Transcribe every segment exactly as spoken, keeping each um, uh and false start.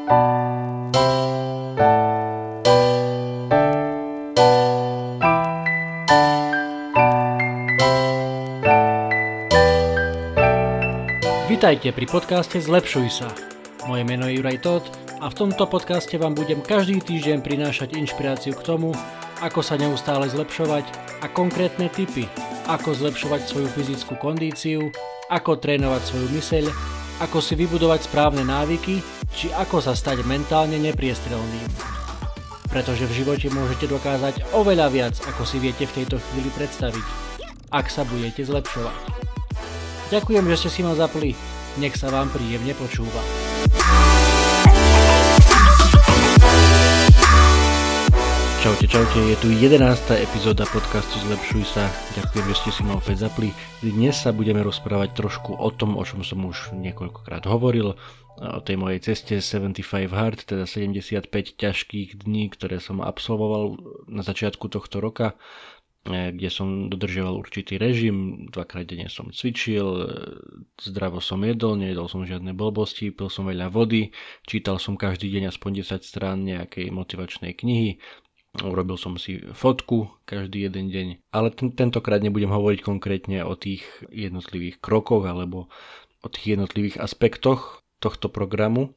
Vitajte pri podcaste Zlepšuj sa. Moje meno je Juraj Tóth a v tomto podcaste vám budem každý týždeň prinášať inšpiráciu k tomu, ako sa neustále zlepšovať a konkrétne tipy, ako zlepšovať svoju fyzickú kondíciu, ako trénovať svoju myseľ, ako si vybudovať správne návyky, či ako sa stať mentálne nepriestrelným. Pretože v živote môžete dokázať oveľa viac, ako si viete v tejto chvíli predstaviť, ak sa budete zlepšovať. Ďakujem, že ste si ma zapli. Nech sa vám príjemne počúva. Čaute, čaute, je tu jedenásta epizóda podcastu Zlepšuj sa. Ďakujem, že ste si ma opäť zapli. Dnes sa budeme rozprávať trošku o tom, o čom som už niekoľkokrát hovoril, o tej mojej ceste sedemdesiatpäť hard, teda sedemdesiatpäť ťažkých dní, ktoré som absolvoval na začiatku tohto roka, kde som dodržiaval určitý režim, dvakrát denne som cvičil, zdravo som jedol, nejedol som žiadne blbosti, pil som veľa vody, čítal som každý deň aspoň desať strán nejakej motivačnej knihy, urobil som si fotku každý jeden deň, ale ten, tentokrát nebudem hovoriť konkrétne o tých jednotlivých krokoch alebo o tých jednotlivých aspektoch tohto programu,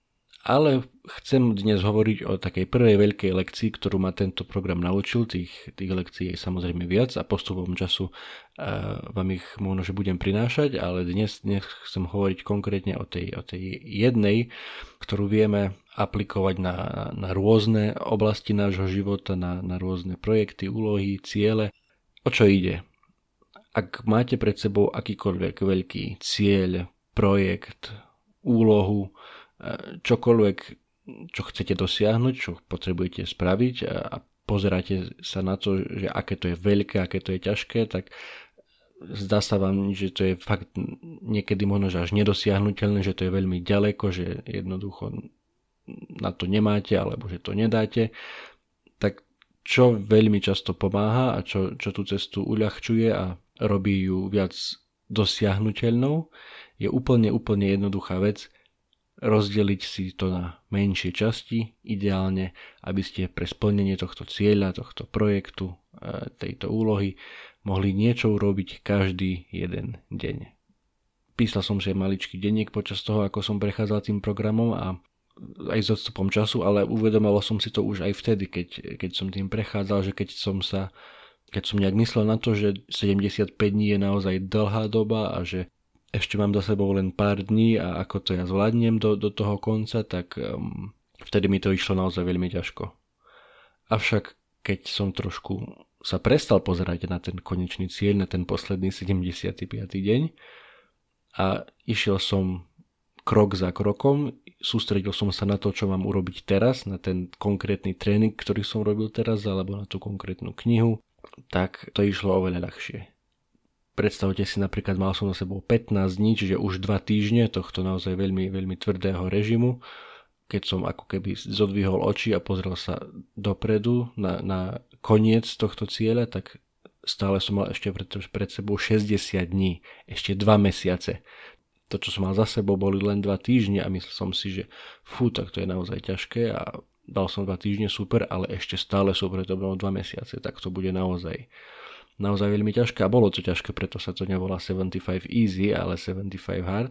ale chcem dnes hovoriť o takej prvej veľkej lekcii, ktorú ma tento program naučil. Tých, tých lekcií je samozrejme viac a postupom času uh, vám ich možno, že budem prinášať, ale dnes, dnes chcem hovoriť konkrétne o tej, o tej jednej, ktorú vieme aplikovať na, na rôzne oblasti nášho života, na, na rôzne projekty, úlohy, ciele. O čo ide? Ak máte pred sebou akýkoľvek veľký cieľ, projekt, úlohu, čokoľvek, čo chcete dosiahnuť, čo potrebujete spraviť a pozeráte sa na to, že aké to je veľké, aké to je ťažké, tak zdá sa vám, že to je fakt niekedy možno až nedosiahnuteľné, že to je veľmi ďaleko, že jednoducho na to nemáte alebo že to nedáte. Tak čo veľmi často pomáha a čo, čo tú cestu uľahčuje a robí ju viac dosiahnuteľnou, je úplne, úplne jednoduchá vec. Rozdeliť si to na menšie časti, ideálne, aby ste pre splnenie tohto cieľa, tohto projektu, tejto úlohy mohli niečo urobiť každý jeden deň. Písal som si maličký denník počas toho, ako som prechádzal tým programom a aj s odstupom času, ale uvedomoval som si to už aj vtedy, keď, keď som tým prechádzal, že keď som sa, keď som nejak myslel na to, že sedemdesiatpäť dní je naozaj dlhá doba a že ešte mám za sebou len pár dní a ako to ja zvládnem do, do toho konca, tak um, vtedy mi to išlo naozaj veľmi ťažko. Avšak keď som trošku sa prestal pozerať na ten konečný cieľ, na ten posledný sedemdesiaty piaty deň a išiel som krok za krokom, sústredil som sa na to, čo mám urobiť teraz, na ten konkrétny tréning, ktorý som robil teraz, alebo na tú konkrétnu knihu, tak to išlo oveľa ľahšie. Predstavte si, napríklad mal som za sebou pätnásť dní, čiže už dva týždne tohto naozaj veľmi, veľmi tvrdého režimu. Keď som ako keby zodvihol oči a pozrel sa dopredu na, na koniec tohto cieľa, tak stále som mal ešte pred, pred sebou šesťdesiat dní, ešte dva mesiace. To, čo som mal za sebou, boli len dva týždne a myslel som si, že fú, tak to je naozaj ťažké a dal som dva týždne, super, ale ešte stále sú pred mnou dva mesiace, tak to bude naozaj naozaj veľmi ťažké a bolo to ťažké, preto sa to nevolá sedemdesiatpäť easy, ale sedemdesiatpäť hard.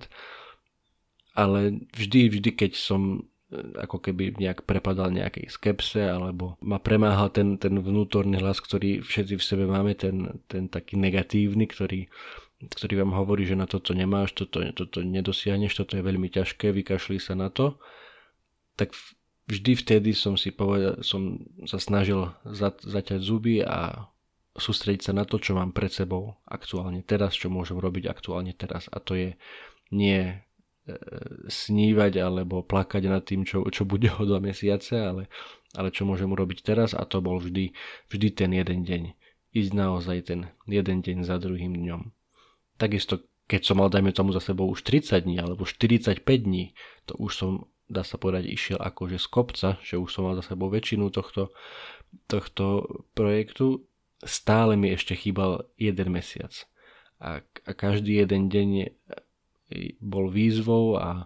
Ale vždy, vždy, keď som ako keby nejak prepadal nejakej skepse alebo ma premáhal ten, ten vnútorný hlas, ktorý všetci v sebe máme, ten, ten taký negatívny, ktorý, ktorý vám hovorí, že na toto nemáš, toto, toto nedosiahneš, toto je veľmi ťažké, vykašli sa na to, tak vždy vtedy som si povedal, som sa snažil zaťať zuby a sústrediť sa na to, čo mám pred sebou aktuálne teraz, čo môžem robiť aktuálne teraz. A to je nie e, snívať alebo plakať nad tým, čo, čo bude o dva mesiace, ale, ale čo môžem urobiť teraz. A to bol vždy, vždy ten jeden deň. Ísť naozaj ten jeden deň za druhým dňom. Takisto, keď som mal, dajme tomu, za sebou už tridsať dní alebo štyridsaťpäť dní, to už som, dá sa povedať, išiel akože z kopca, že už som mal za sebou väčšinu tohto, tohto projektu. Stále mi ešte chýbal jeden mesiac a, a každý jeden deň bol výzvou a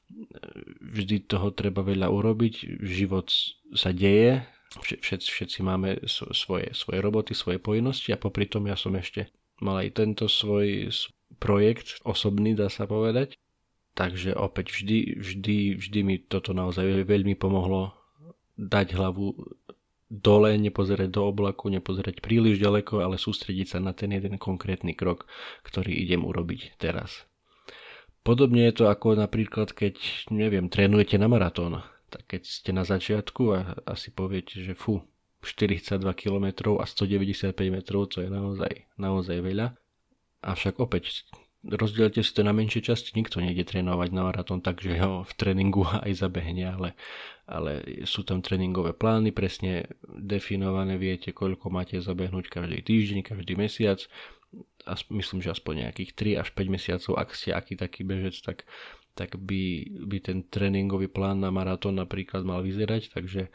Vždy toho treba veľa urobiť, život sa deje, všetci, všetci máme svoje, svoje roboty, svoje povinnosti a popri tom ja som ešte mal aj tento svoj projekt osobný, dá sa povedať. Takže opäť vždy, vždy, vždy mi toto naozaj veľmi pomohlo dať hlavu dole, nepozerať do oblaku, nepozerať príliš ďaleko, ale sústrediť sa na ten jeden konkrétny krok, ktorý idem urobiť teraz. Podobne je to ako napríklad, keď, neviem, trénujete na maratón. Tak keď ste na začiatku a asi poviete, že fú, štyridsaťdva kilometrov a stodeväťdesiatpäť metrov, to je naozaj, naozaj veľa. Avšak opäť, rozdielte si to na menšie časti, nikto nejde trénovať na maratón, takže ho v tréningu aj zabehne, ale, ale sú tam tréningové plány, presne definované, viete, koľko máte zabehnúť každý týždeň, každý mesiac. A myslím, že aspoň nejakých tri až päť mesiacov, ak ste aký taký bežec, tak, tak by, by ten tréningový plán na maratón napríklad mal vyzerať, takže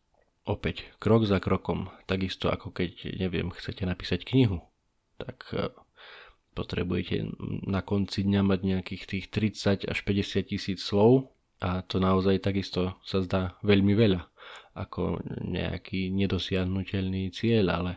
opäť krok za krokom, takisto ako keď, neviem, chcete napísať knihu, tak potrebujete na konci dňa mať nejakých tých tridsať až päťdesiat tisíc slov a to naozaj takisto sa zdá veľmi veľa ako nejaký nedosiahnuteľný cieľ, ale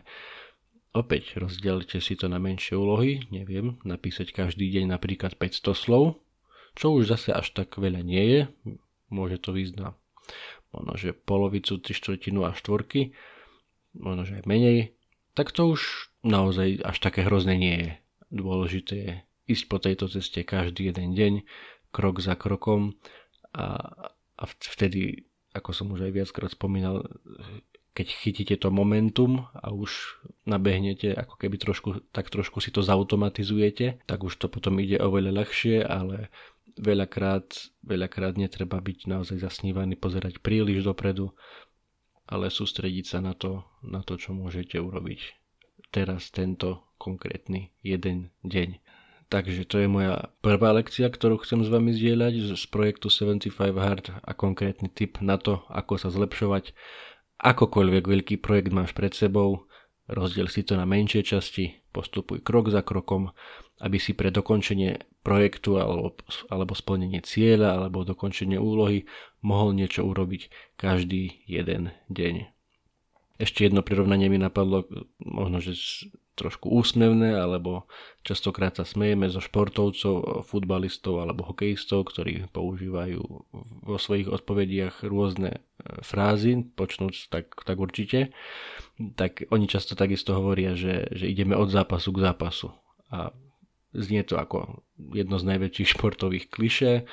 opäť rozdielte si to na menšie úlohy, neviem, napísať každý deň napríklad päťsto slov, čo už zase až tak veľa nie je, môže to výsť na možno, že polovicu, tri štvrtinu a štvorky, možno, že aj menej, tak to už naozaj až také hrozné nie je. Dôležité je ísť po tejto ceste každý jeden deň, krok za krokom a, a vtedy, ako som už aj viackrát spomínal, keď chytíte to momentum a už nabehnete, ako keby trošku, tak trošku si to zautomatizujete, tak už to potom ide oveľa ľahšie, ale veľakrát, veľakrát netreba byť naozaj zasnívaný, pozerať príliš dopredu, ale sústrediť sa na to, na to, čo môžete urobiť teraz, tento konkrétny jeden deň. Takže to je moja prvá lekcia, ktorú chcem s vami zdieľať z projektu sedemdesiatpäť Hard a konkrétny tip na to, ako sa zlepšovať. Akokoľvek veľký projekt máš pred sebou, rozdiel si to na menšie časti, postupuj krok za krokom, aby si pre dokončenie projektu alebo, alebo splnenie cieľa alebo dokončenie úlohy mohol niečo urobiť každý jeden deň. Ešte jedno prirovnanie mi napadlo, možno, že trošku úsmevné, alebo častokrát sa smejeme zo športovcov, futbalistov alebo hokejistov, ktorí používajú vo svojich odpovediach rôzne frázy, počnúc tak, tak určite, tak oni často takisto hovoria, že, že ideme od zápasu k zápasu. A znie to ako jedno z najväčších športových klišé,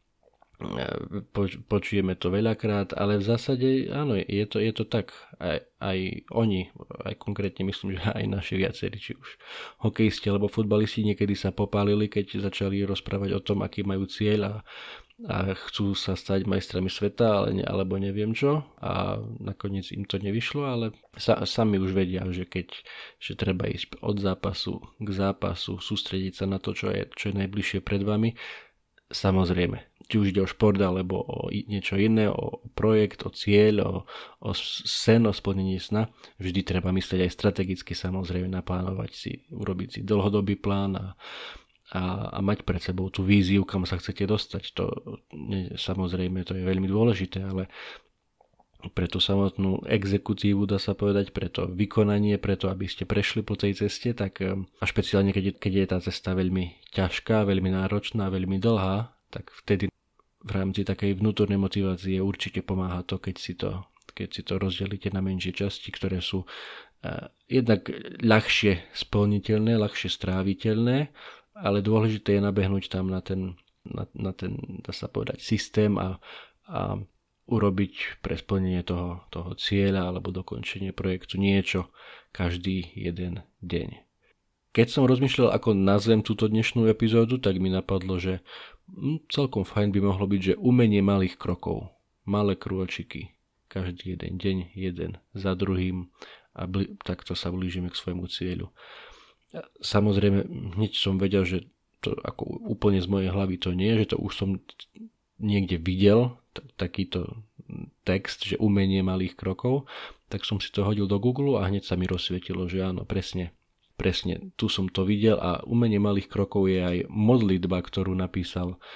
počujeme to veľakrát, ale v zásade áno, je to, je to tak. Aj, aj oni, aj konkrétne myslím, že aj naši viacerí, či už hokejisti alebo futbalisti niekedy sa popálili, keď začali rozprávať o tom, aký majú cieľ a, a chcú sa stať majstrami sveta, ale ne, alebo neviem čo, a nakoniec im to nevyšlo, ale sa, sami už vedia, že keď že treba ísť od zápasu k zápasu, sústrediť sa na to, čo je, čo je najbližšie pred vami. Samozrejme, či už ide o šport alebo o niečo iné, o projekt, o cieľ, o, o sen, o splnenie sna, vždy treba myslieť aj strategicky, samozrejme naplánovať si, urobiť si dlhodobý plán a, a, a mať pred sebou tú víziu, kam sa chcete dostať. To ne, samozrejme to je veľmi dôležité, ale pre tú samotnú exekutívu, dá sa povedať, pre to vykonanie, pre to, aby ste prešli po tej ceste, tak a špeciálne keď je, keď je tá cesta veľmi ťažká, veľmi náročná, veľmi dlhá, tak vtedy v rámci takej vnútornej motivácie určite pomáha to, keď si to, keď si to rozdelíte na menšie časti, ktoré sú uh, jednak ľahšie splniteľné, ľahšie stráviteľné, ale dôležité je nabehnúť tam na ten, na, na ten, dá sa povedať, systém a, a urobiť pre splnenie toho, toho cieľa alebo dokončenie projektu niečo každý jeden deň. Keď som rozmýšľal, ako nazvem túto dnešnú epizódu, tak mi napadlo, že celkom fajn by mohlo byť, že umenie malých krokov, malé krôčiky, každý jeden deň, jeden za druhým a bli- takto sa blížime k svojmu cieľu. Samozrejme, hneď som vedel, že to ako úplne z mojej hlavy to nie je, že to už som niekde videl, t- takýto text, že umenie malých krokov, tak som si to hodil do Google a hneď sa mi rozsvietilo, že áno, presne, presne, tu som to videl a umenie malých krokov je aj modlitba, ktorú napísal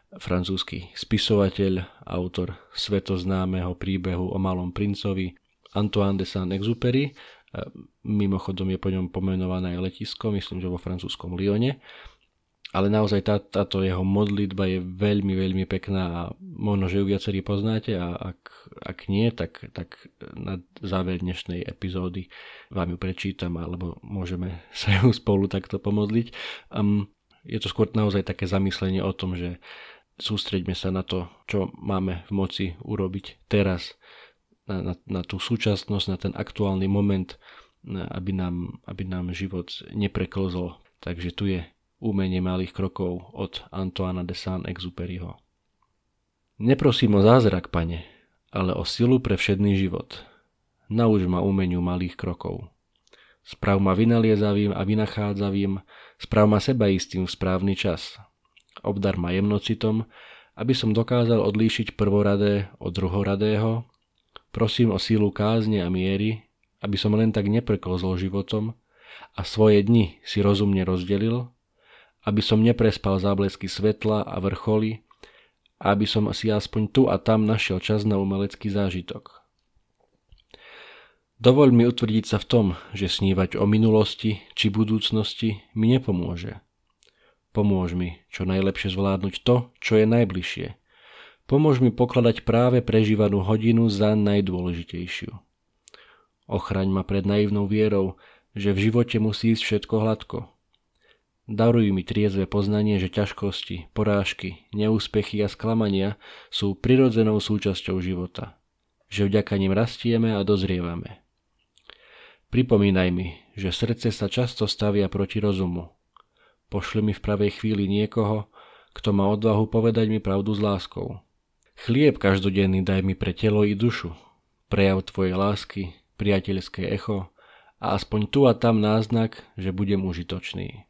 francúzsky spisovateľ, autor svetoznámeho príbehu o Malom princovi Antoine de Saint-Exupéry. Mimochodom je po ňom pomenované aj letisko, myslím, že vo francúzskom Lyone. Ale naozaj tá, táto jeho modlitba je veľmi, veľmi pekná a možno, že ju viacerí poznáte a ak, ak nie, tak, tak na záver dnešnej epizódy vám ju prečítam alebo môžeme sa ju spolu takto pomodliť. Um, je to skôr naozaj také zamyslenie o tom, že sústreďme sa na to, čo máme v moci urobiť teraz, na, na, na tú súčasnosť, na ten aktuálny moment, aby nám, aby nám život nepreklzol. Takže tu je Umenie malých krokov od Antoina de Saint-Exupéryho. Neprosím o zázrak, Pane, ale o silu pre všedný život. Nauč ma umeniu malých krokov. Sprav ma vynaliezavým a vynachádzavým, sprav ma sebaistým v správny čas. Obdar ma jemnocitom, aby som dokázal odlíšiť prvoradé od druhoradého. Prosím o sílu kázne a miery, aby som len tak nepreklzol životom a svoje dni si rozumne rozdelil, aby som neprespal záblesky svetla a vrcholy, a aby som si aspoň tu a tam našiel čas na umelecký zážitok. Dovoľ mi utvrdiť sa v tom, že snívať o minulosti či budúcnosti mi nepomôže. Pomôž mi čo najlepšie zvládnuť to, čo je najbližšie. Pomôž mi pokladať práve prežívanú hodinu za najdôležitejšiu. Ochraň ma pred naivnou vierou, že v živote musí ísť všetko hladko. Daruj mi triezve poznanie, že ťažkosti, porážky, neúspechy a sklamania sú prirodzenou súčasťou života, že vďaka nim rastieme a dozrievame. Pripomínaj mi, že srdce sa často stavia proti rozumu. Pošli mi v pravej chvíli niekoho, kto má odvahu povedať mi pravdu s láskou. Chlieb každodenný daj mi pre telo i dušu, prejav tvojej lásky, priateľské echo a aspoň tu a tam náznak, že budem užitočný.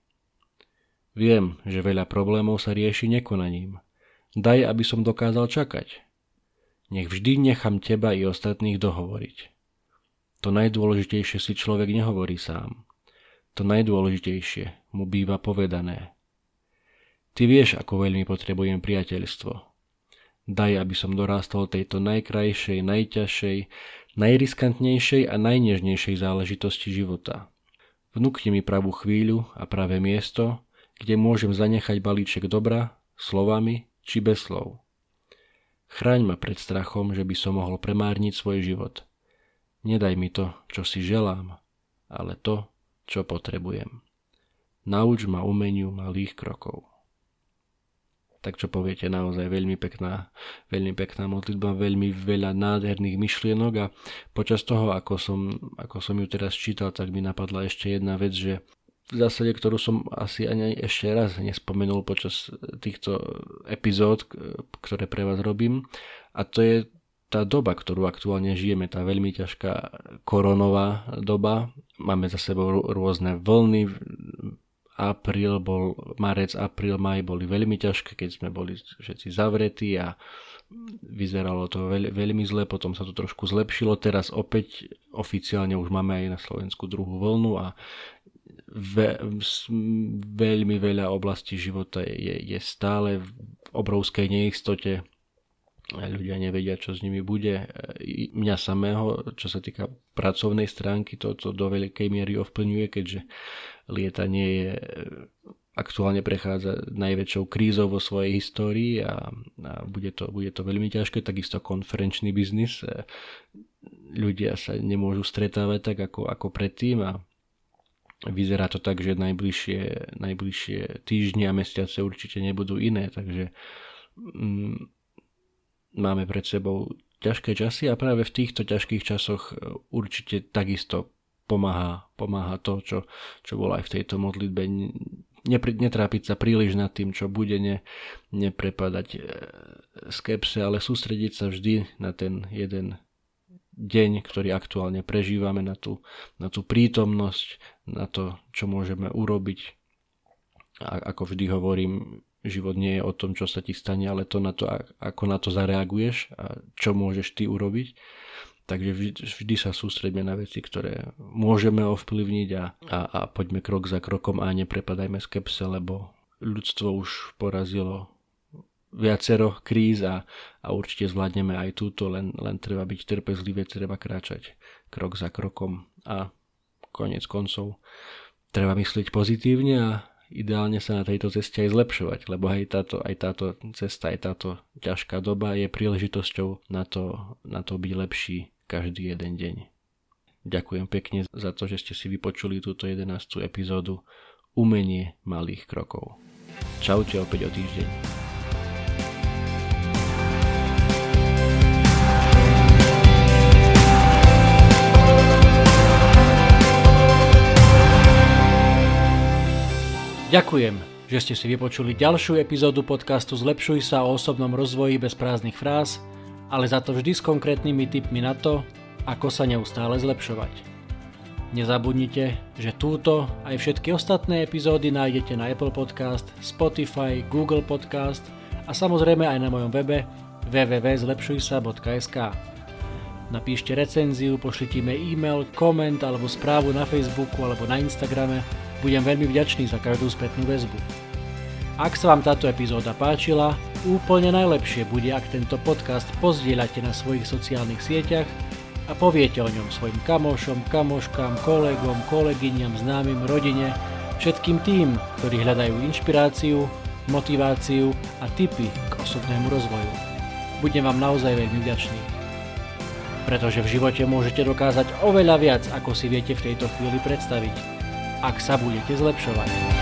Viem, že veľa problémov sa rieši nekonaním. Daj, aby som dokázal čakať. Nech vždy nechám teba i ostatných dohovoriť. To najdôležitejšie si človek nehovorí sám. To najdôležitejšie mu býva povedané. Ty vieš, ako veľmi potrebujem priateľstvo. Daj, aby som dorástol tejto najkrajšej, najťažšej, najriskantnejšej a najnežnejšej záležitosti života. Vnúkni mi pravú chvíľu a pravé miesto, kde môžem zanechať balíček dobra, slovami či bez slov. Chráň ma pred strachom, že by som mohol premárniť svoj život. Nedaj mi to, čo si želám, ale to, čo potrebujem. Nauč ma umeniu malých krokov. Tak čo poviete, naozaj veľmi pekná, veľmi pekná modlitba, veľmi veľa nádherných myšlienok a počas toho, ako som, ako som ju teraz čítal, tak mi napadla ešte jedna vec, že v zásade, ktorú som asi ani ešte raz nespomenul počas týchto epizód, ktoré pre vás robím. A to je tá doba, ktorú aktuálne žijeme, tá veľmi ťažká koronová doba. Máme za sebou rôzne vlny. Apríl bol, marec, apríl, maj boli veľmi ťažké, keď sme boli všetci zavretí a vyzeralo to veľ, veľmi zle, potom sa to trošku zlepšilo. Teraz opäť oficiálne už máme aj na Slovensku druhú vlnu a Ve, veľmi veľa oblastí života je, je stále v obrovskej neistote. Ľudia nevedia, čo s nimi bude. Mňa samého, čo sa týka pracovnej stránky, to, to do veľkej miery ovplyvňuje, keďže lietanie je, aktuálne prechádza najväčšou krízou vo svojej histórii a, a bude, to, bude to veľmi ťažké. Takisto konferenčný biznis. Ľudia sa nemôžu stretávať tak ako, ako predtým a vyzerá to tak, že najbližšie, najbližšie týždne a mesiace určite nebudú iné, takže mm, máme pred sebou ťažké časy a práve v týchto ťažkých časoch určite takisto pomáha, pomáha to, čo, čo bolo aj v tejto modlitbe. Nepr- netrápiť sa príliš nad tým, čo bude, ne, neprepadať skepse, ale sústrediť sa vždy na ten jeden deň, ktorý aktuálne prežívame, na tú, na tú prítomnosť, na to, čo môžeme urobiť. A ako vždy hovorím, život nie je o tom, čo sa ti stane, ale to na to, ako na to zareaguješ a čo môžeš ty urobiť. Takže vždy, vždy sa sústreďme na veci, ktoré môžeme ovplyvniť a, a, a poďme krok za krokom a neprepadajme skepse, lebo ľudstvo už porazilo viacero kríz a, a určite zvládneme aj túto, len, len treba byť trpezlivý, treba kráčať krok za krokom a koniec koncov treba myslieť pozitívne a ideálne sa na tejto ceste aj zlepšovať, lebo aj táto, aj táto cesta, aj táto ťažká doba je príležitosťou na to, na to byť lepší každý jeden deň. Ďakujem pekne za to, že ste si vypočuli túto jedenástu epizódu Umenie malých krokov. Čaute opäť o týždeň. Ďakujem, že ste si vypočuli ďalšiu epizódu podcastu Zlepšuj sa o osobnom rozvoji bez prázdnych fráz, ale za to vždy s konkrétnymi tipmi na to, ako sa neustále zlepšovať. Nezabudnite, že túto aj všetky ostatné epizódy nájdete na Apple Podcast, Spotify, Google Podcast a samozrejme aj na mojom webe w w w bodka zlepšuj sa bodka es ka. Napíšte recenziu, pošlite mi e-mail, koment alebo správu na Facebooku alebo na Instagrame. Budem veľmi vďačný za každú spätnú väzbu. Ak sa vám táto epizóda páčila, úplne najlepšie bude, ak tento podcast pozdieľate na svojich sociálnych sieťach a poviete o ňom svojim kamošom, kamoškám, kolegom, kolegyňam, známym, rodine, všetkým tým, ktorí hľadajú inšpiráciu, motiváciu a tipy k osobnému rozvoju. Budem vám naozaj veľmi vďačný. Pretože v živote môžete dokázať oveľa viac, ako si viete v tejto chvíli predstaviť, ak sa budete zlepšovať.